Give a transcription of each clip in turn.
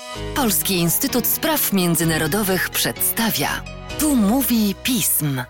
Polski Instytut Spraw Międzynarodowych przedstawia. Tu mówi pism.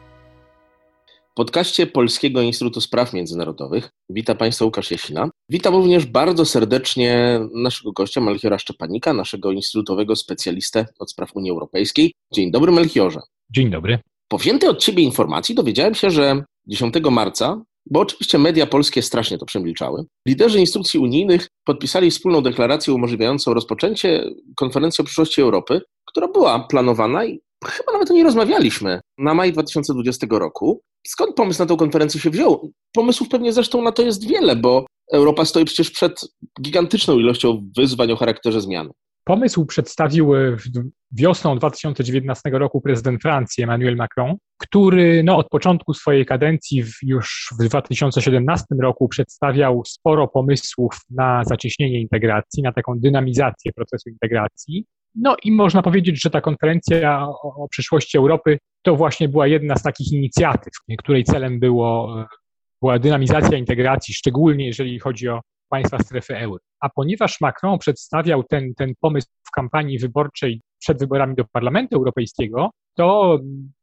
W podcaście Polskiego Instytutu Spraw Międzynarodowych wita Państwa Łukasz Jasina. Witam również bardzo serdecznie naszego gościa Melchiora Szczepanika, naszego instytutowego specjalistę od spraw Unii Europejskiej. Dzień dobry, Melchiorze. Dzień dobry. Po wziętej od Ciebie informacji dowiedziałem się, że 10 marca, bo oczywiście media polskie strasznie to przemilczały, liderzy instytucji unijnych podpisali wspólną deklarację umożliwiającą rozpoczęcie konferencji o przyszłości Europy, która była planowana i chyba nawet o niej rozmawialiśmy na maj 2020 roku. Skąd pomysł na tę konferencję się wziął? Pomysłów pewnie zresztą na to jest wiele, bo Europa stoi przecież przed gigantyczną ilością wyzwań o charakterze zmiany. Pomysł przedstawił wiosną 2019 roku prezydent Francji Emmanuel Macron, który od początku swojej kadencji już w 2017 roku przedstawiał sporo pomysłów na zacieśnienie integracji, na taką dynamizację procesu integracji. I można powiedzieć, że ta konferencja o przyszłości Europy to właśnie była jedna z takich inicjatyw, której celem była dynamizacja integracji, szczególnie jeżeli chodzi o państwa strefy euro. A ponieważ Macron przedstawiał ten pomysł w kampanii wyborczej przed wyborami do Parlamentu Europejskiego, to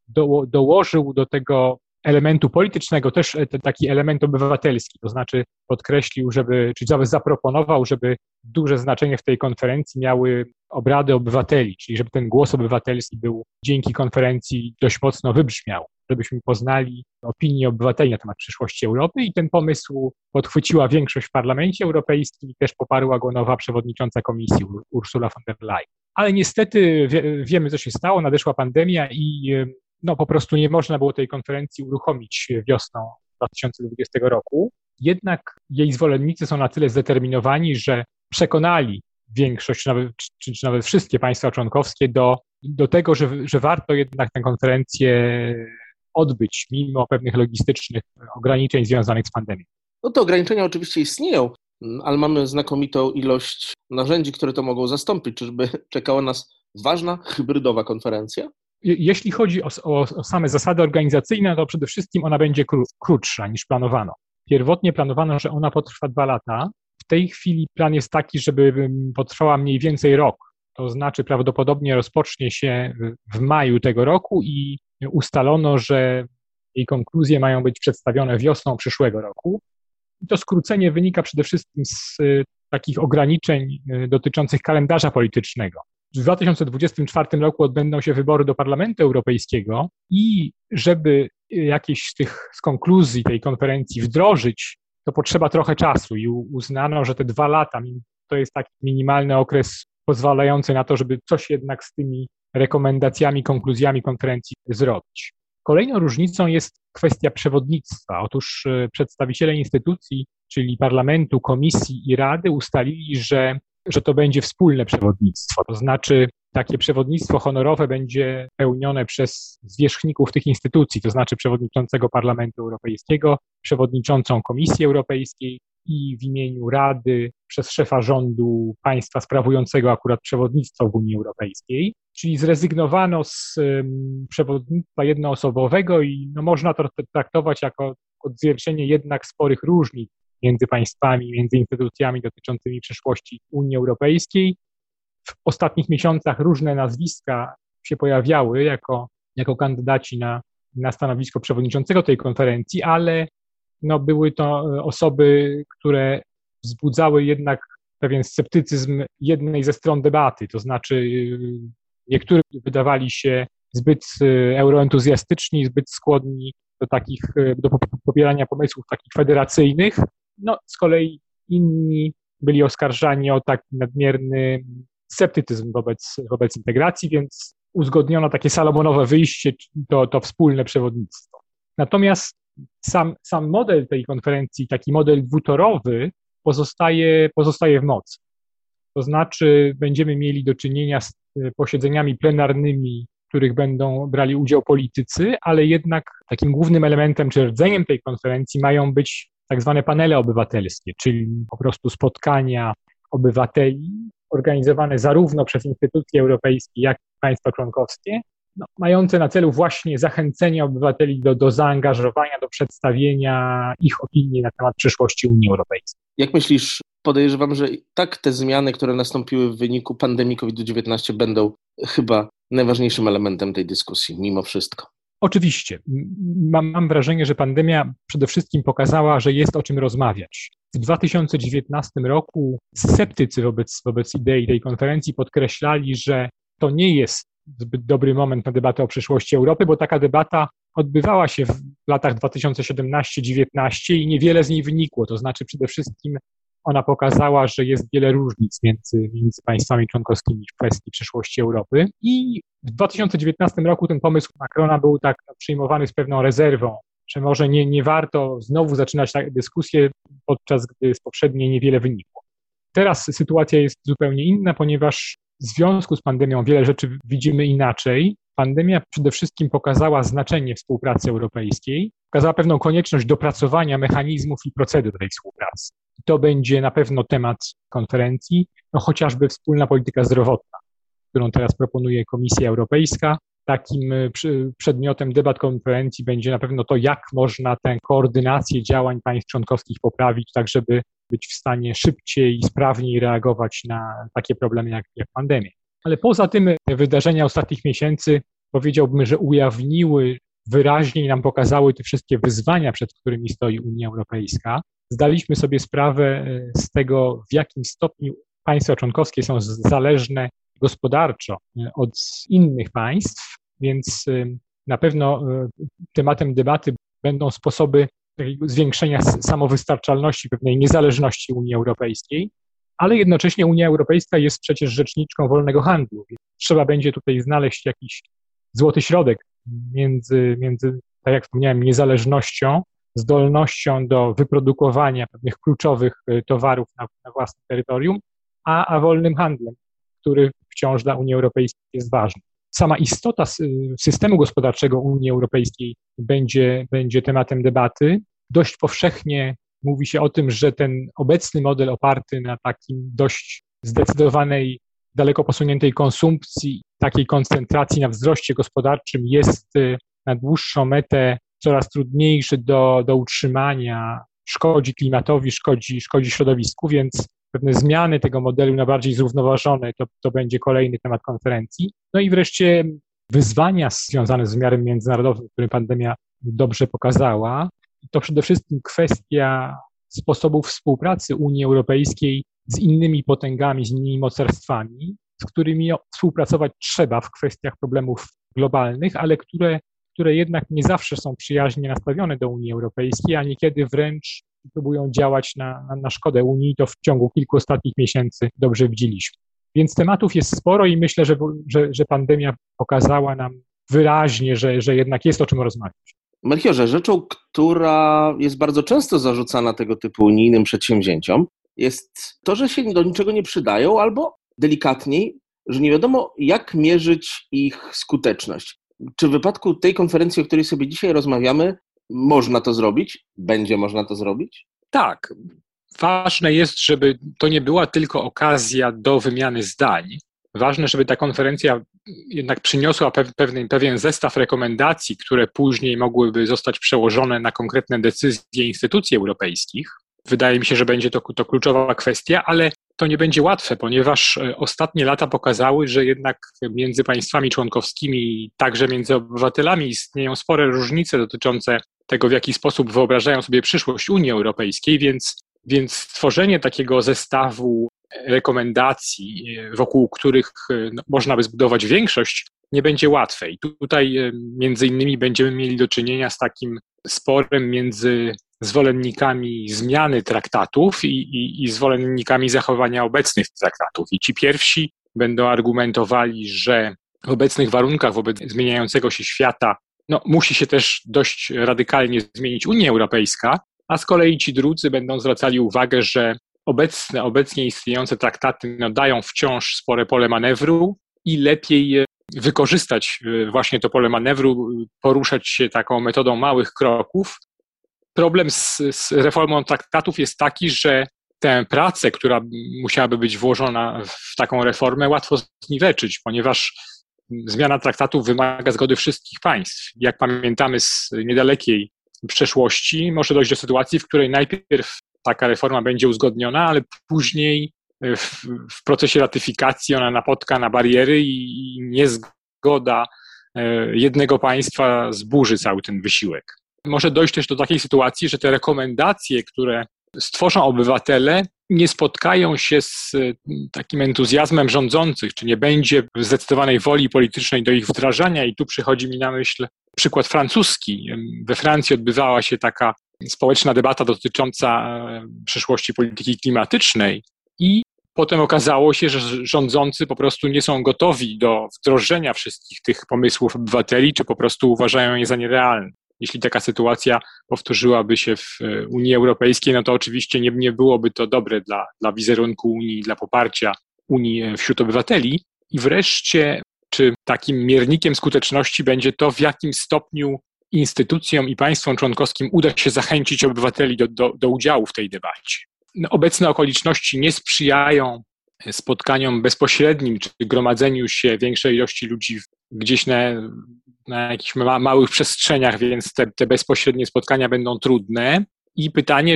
dołożył do tego elementu politycznego też taki element obywatelski, to znaczy podkreślił, zaproponował, żeby duże znaczenie w tej konferencji miały obrady obywateli, czyli żeby ten głos obywatelski był dzięki konferencji dość mocno wybrzmiał, żebyśmy poznali opinię obywateli na temat przyszłości Europy i ten pomysł podchwyciła większość w Parlamencie Europejskim i też poparła go nowa przewodnicząca Komisji Ursula von der Leyen. Ale niestety wiemy, co się stało, nadeszła pandemia i po prostu nie można było tej konferencji uruchomić wiosną 2020 roku. Jednak jej zwolennicy są na tyle zdeterminowani, że przekonali większość, czy nawet wszystkie państwa członkowskie do tego, że warto jednak tę konferencję odbyć mimo pewnych logistycznych ograniczeń związanych z pandemią. Te ograniczenia oczywiście istnieją, ale mamy znakomitą ilość narzędzi, które to mogą zastąpić. Czyżby czekała nas ważna, hybrydowa konferencja? Jeśli chodzi o same zasady organizacyjne, to przede wszystkim ona będzie krótsza niż planowano. Pierwotnie planowano, że ona potrwa 2 lata. W tej chwili plan jest taki, żeby potrwała mniej więcej rok. To znaczy prawdopodobnie rozpocznie się w maju tego roku i ustalono, że jej konkluzje mają być przedstawione wiosną przyszłego roku. I to skrócenie wynika przede wszystkim z takich ograniczeń dotyczących kalendarza politycznego. W 2024 roku odbędą się wybory do Parlamentu Europejskiego i żeby jakieś z konkluzji tej konferencji wdrożyć, to potrzeba trochę czasu i uznano, że te 2 lata to jest taki minimalny okres pozwalający na to, żeby coś jednak z tymi rekomendacjami, konkluzjami konferencji zrobić. Kolejną różnicą jest kwestia przewodnictwa. Otóż przedstawiciele instytucji, czyli Parlamentu, Komisji i Rady ustalili, że to będzie wspólne przewodnictwo. To znaczy takie przewodnictwo honorowe będzie pełnione przez zwierzchników tych instytucji, to znaczy przewodniczącego Parlamentu Europejskiego, przewodniczącą Komisji Europejskiej i w imieniu Rady przez szefa rządu państwa sprawującego akurat przewodnictwo w Unii Europejskiej. Czyli zrezygnowano z przewodnictwa jednoosobowego i można to traktować jako odzwierciedlenie jednak sporych różnic między państwami, między instytucjami dotyczącymi przyszłości Unii Europejskiej. W ostatnich miesiącach różne nazwiska się pojawiały jako kandydaci na stanowisko przewodniczącego tej konferencji, ale były to osoby, które wzbudzały jednak pewien sceptycyzm jednej ze stron debaty, to znaczy niektórzy wydawali się zbyt euroentuzjastyczni, zbyt skłonni do popierania pomysłów takich federacyjnych. Z kolei inni byli oskarżani o taki nadmierny sceptycyzm wobec integracji, więc uzgodniono takie salomonowe wyjście, to wspólne przewodnictwo. Natomiast sam model tej konferencji, taki model dwutorowy, pozostaje w mocy. To znaczy będziemy mieli do czynienia z posiedzeniami plenarnymi, w których będą brali udział politycy, ale jednak takim głównym elementem czy rdzeniem tej konferencji mają być tak zwane panele obywatelskie, czyli po prostu spotkania obywateli organizowane zarówno przez instytucje europejskie, jak i państwa członkowskie, mające na celu właśnie zachęcenie obywateli do zaangażowania, do przedstawienia ich opinii na temat przyszłości Unii Europejskiej. Jak myślisz, podejrzewam, że i tak te zmiany, które nastąpiły w wyniku pandemii COVID-19 będą chyba najważniejszym elementem tej dyskusji, mimo wszystko. Oczywiście. Mam wrażenie, że pandemia przede wszystkim pokazała, że jest o czym rozmawiać. W 2019 roku sceptycy wobec idei tej konferencji podkreślali, że to nie jest zbyt dobry moment na debatę o przyszłości Europy, bo taka debata odbywała się w latach 2017-19 i niewiele z niej wynikło. To znaczy przede wszystkim ona pokazała, że jest wiele różnic między państwami członkowskimi w kwestii przyszłości Europy. I w 2019 roku ten pomysł Macrona był tak przyjmowany z pewną rezerwą, że może nie warto znowu zaczynać dyskusję, podczas gdy z poprzedniej niewiele wynikło. Teraz sytuacja jest zupełnie inna, ponieważ w związku z pandemią wiele rzeczy widzimy inaczej. Pandemia przede wszystkim pokazała znaczenie współpracy europejskiej, pokazała pewną konieczność dopracowania mechanizmów i procedur tej współpracy. To będzie na pewno temat konferencji, chociażby wspólna polityka zdrowotna, którą teraz proponuje Komisja Europejska. Takim przedmiotem debat konferencji będzie na pewno to, jak można tę koordynację działań państw członkowskich poprawić, tak żeby być w stanie szybciej i sprawniej reagować na takie problemy jak pandemia. Ale poza tym te wydarzenia ostatnich miesięcy, powiedziałbym, że ujawniły wyraźnie i nam pokazały te wszystkie wyzwania, przed którymi stoi Unia Europejska. Zdaliśmy sobie sprawę z tego, w jakim stopniu państwa członkowskie są zależne gospodarczo od innych państw, więc na pewno tematem debaty będą sposoby zwiększenia samowystarczalności, pewnej niezależności Unii Europejskiej, ale jednocześnie Unia Europejska jest przecież rzeczniczką wolnego handlu, więc trzeba będzie tutaj znaleźć jakiś złoty środek między tak jak wspomniałem, niezależnością, zdolnością do wyprodukowania pewnych kluczowych towarów na własnym terytorium, a wolnym handlem, który wciąż dla Unii Europejskiej jest ważny. Sama istota systemu gospodarczego Unii Europejskiej będzie tematem debaty. Dość powszechnie mówi się o tym, że ten obecny model oparty na takim dość zdecydowanej, daleko posuniętej konsumpcji, takiej koncentracji na wzroście gospodarczym jest na dłuższą metę coraz trudniejszy do utrzymania, szkodzi klimatowi, szkodzi środowisku, więc pewne zmiany tego modelu na bardziej zrównoważone to będzie kolejny temat konferencji. No i wreszcie wyzwania związane z wymiarem międzynarodowym, który pandemia dobrze pokazała. To przede wszystkim kwestia sposobów współpracy Unii Europejskiej z innymi potęgami, z innymi mocarstwami, z którymi współpracować trzeba w kwestiach problemów globalnych, ale które jednak nie zawsze są przyjaźnie nastawione do Unii Europejskiej, a niekiedy wręcz próbują działać na szkodę Unii. To w ciągu kilku ostatnich miesięcy dobrze widzieliśmy. Więc tematów jest sporo i myślę, że pandemia pokazała nam wyraźnie, że jednak jest o czym rozmawiać. Melchiorze, rzeczą, która jest bardzo często zarzucana tego typu unijnym przedsięwzięciom, jest to, że się do niczego nie przydają, albo delikatniej, że nie wiadomo, jak mierzyć ich skuteczność. Czy w wypadku tej konferencji, o której sobie dzisiaj rozmawiamy, można to zrobić? Będzie można to zrobić? Tak. Ważne jest, żeby to nie była tylko okazja do wymiany zdań. Ważne, żeby ta konferencja jednak przyniosła pewien zestaw rekomendacji, które później mogłyby zostać przełożone na konkretne decyzje instytucji europejskich. Wydaje mi się, że będzie to kluczowa kwestia, ale to nie będzie łatwe, ponieważ ostatnie lata pokazały, że jednak między państwami członkowskimi, także między obywatelami istnieją spore różnice dotyczące tego, w jaki sposób wyobrażają sobie przyszłość Unii Europejskiej, więc stworzenie takiego zestawu rekomendacji, wokół których można by zbudować większość, nie będzie łatwe. I tutaj między innymi będziemy mieli do czynienia z takim sporem między zwolennikami zmiany traktatów i zwolennikami zachowania obecnych traktatów. I ci pierwsi będą argumentowali, że w obecnych warunkach, wobec zmieniającego się świata, musi się też dość radykalnie zmienić Unia Europejska, a z kolei ci drudzy będą zwracali uwagę, że obecnie istniejące traktaty dają wciąż spore pole manewru i lepiej wykorzystać właśnie to pole manewru, poruszać się taką metodą małych kroków. Problem z reformą traktatów jest taki, że tę pracę, która musiałaby być włożona w taką reformę, łatwo zniweczyć, ponieważ zmiana traktatów wymaga zgody wszystkich państw. Jak pamiętamy z niedalekiej przeszłości, może dojść do sytuacji, w której najpierw taka reforma będzie uzgodniona, ale później w procesie ratyfikacji ona napotka na bariery i niezgoda jednego państwa zburzy cały ten wysiłek. Może dojść też do takiej sytuacji, że te rekomendacje, które stworzą obywatele, nie spotkają się z takim entuzjazmem rządzących, czy nie będzie zdecydowanej woli politycznej do ich wdrażania. I tu przychodzi mi na myśl przykład francuski. We Francji odbywała się taka społeczna debata dotycząca przyszłości polityki klimatycznej i potem okazało się, że rządzący po prostu nie są gotowi do wdrożenia wszystkich tych pomysłów obywateli, czy po prostu uważają je za nierealne. Jeśli taka sytuacja powtórzyłaby się w Unii Europejskiej, no to oczywiście nie byłoby to dobre dla wizerunku Unii, dla poparcia Unii wśród obywateli. I wreszcie, czy takim miernikiem skuteczności będzie to, w jakim stopniu instytucjom i państwom członkowskim uda się zachęcić obywateli do udziału w tej debacie. Obecne okoliczności nie sprzyjają spotkaniom bezpośrednim, czy gromadzeniu się większej ilości ludzi gdzieś na jakichś małych przestrzeniach, więc te bezpośrednie spotkania będą trudne. I pytanie,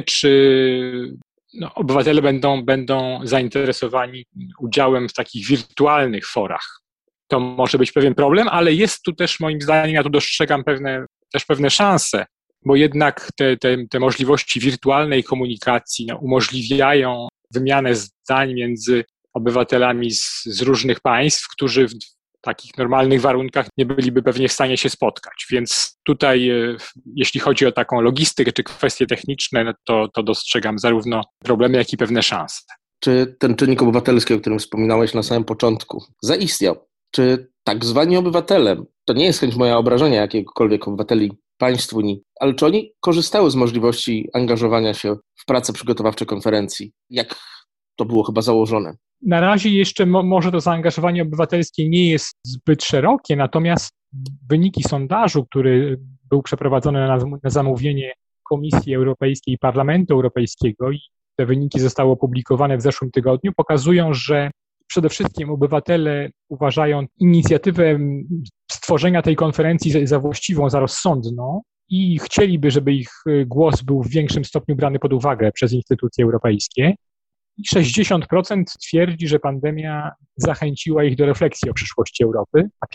czy obywatele będą zainteresowani udziałem w takich wirtualnych forach. To może być pewien problem, ale jest tu też, moim zdaniem, ja tu dostrzegam pewne szanse, bo jednak te możliwości wirtualnej komunikacji umożliwiają wymianę zdań między obywatelami z różnych państw, którzy w takich normalnych warunkach nie byliby pewnie w stanie się spotkać. Więc tutaj, jeśli chodzi o taką logistykę czy kwestie techniczne, to dostrzegam zarówno problemy, jak i pewne szanse. Czy ten czynnik obywatelski, o którym wspominałeś na samym początku, zaistniał? Czy tak zwani obywatele, to nie jest chęć moja obrażenia jakiegokolwiek obywateli państw Unii, ale czy oni korzystały z możliwości angażowania się w prace przygotowawcze konferencji? Jak to było chyba założone? Na razie jeszcze może to zaangażowanie obywatelskie nie jest zbyt szerokie, natomiast wyniki sondażu, który był przeprowadzony na zamówienie Komisji Europejskiej i Parlamentu Europejskiego i te wyniki zostały opublikowane w zeszłym tygodniu, pokazują, że przede wszystkim obywatele uważają inicjatywę stworzenia tej konferencji za właściwą, za rozsądną i chcieliby, żeby ich głos był w większym stopniu brany pod uwagę przez instytucje europejskie. I 60% twierdzi, że pandemia zachęciła ich do refleksji o przyszłości Europy, a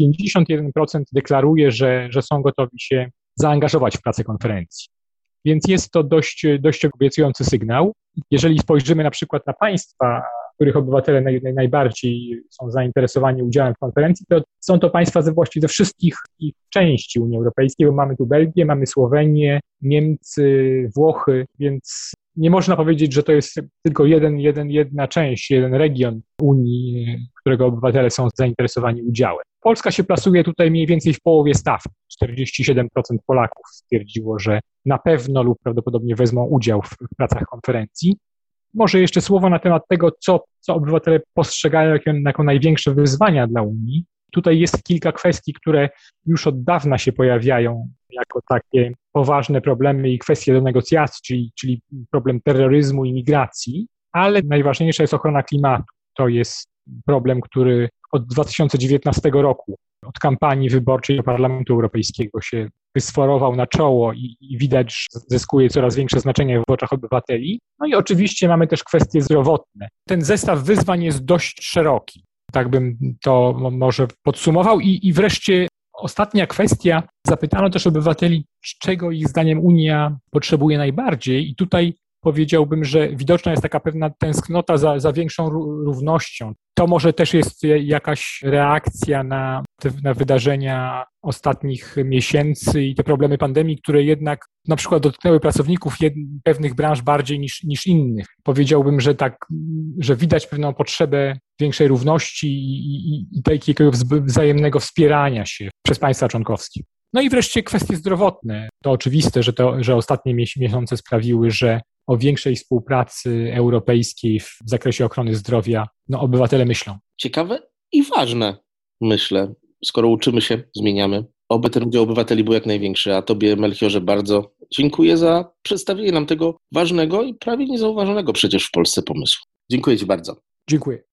51% deklaruje, że są gotowi się zaangażować w pracę konferencji. Więc jest to dość obiecujący sygnał. Jeżeli spojrzymy na przykład na państwa, których obywatele najbardziej są zainteresowani udziałem w konferencji, to są to państwa właściwie ze wszystkich ich części Unii Europejskiej, bo mamy tu Belgię, mamy Słowenię, Niemcy, Włochy, więc nie można powiedzieć, że to jest tylko jedna część, jeden region Unii, którego obywatele są zainteresowani udziałem. Polska się plasuje tutaj mniej więcej w połowie stawki. 47% Polaków stwierdziło, że na pewno lub prawdopodobnie wezmą udział w pracach konferencji. Może jeszcze słowo na temat tego, co obywatele postrzegają jako największe wyzwania dla Unii. Tutaj jest kilka kwestii, które już od dawna się pojawiają jako takie poważne problemy i kwestie do negocjacji, czyli problem terroryzmu i migracji, ale najważniejsza jest ochrona klimatu. To jest problem, który od 2019 roku, od kampanii wyborczej do Parlamentu Europejskiego się wysforował na czoło i widać, że zyskuje coraz większe znaczenie w oczach obywateli. No i oczywiście mamy też kwestie zdrowotne. Ten zestaw wyzwań jest dość szeroki. Tak bym to może podsumował. I wreszcie ostatnia kwestia. Zapytano też obywateli, czego ich zdaniem Unia potrzebuje najbardziej. I tutaj powiedziałbym, że widoczna jest taka pewna tęsknota za większą równością. To może też jest jakaś reakcja na wydarzenia ostatnich miesięcy i te problemy pandemii, które jednak na przykład dotknęły pracowników pewnych branż bardziej niż innych. Powiedziałbym, że widać pewną potrzebę większej równości i takiego wzajemnego wspierania się przez państwa członkowskie. No i wreszcie kwestie zdrowotne. To oczywiste, że ostatnie miesiące sprawiły, że o większej współpracy europejskiej w zakresie ochrony zdrowia obywatele myślą. Ciekawe i ważne, myślę. Skoro uczymy się, zmieniamy. Oby ten udział obywateli był jak największy. A Tobie, Melchiorze, bardzo dziękuję za przedstawienie nam tego ważnego i prawie niezauważonego przecież w Polsce pomysłu. Dziękuję Ci bardzo. Dziękuję.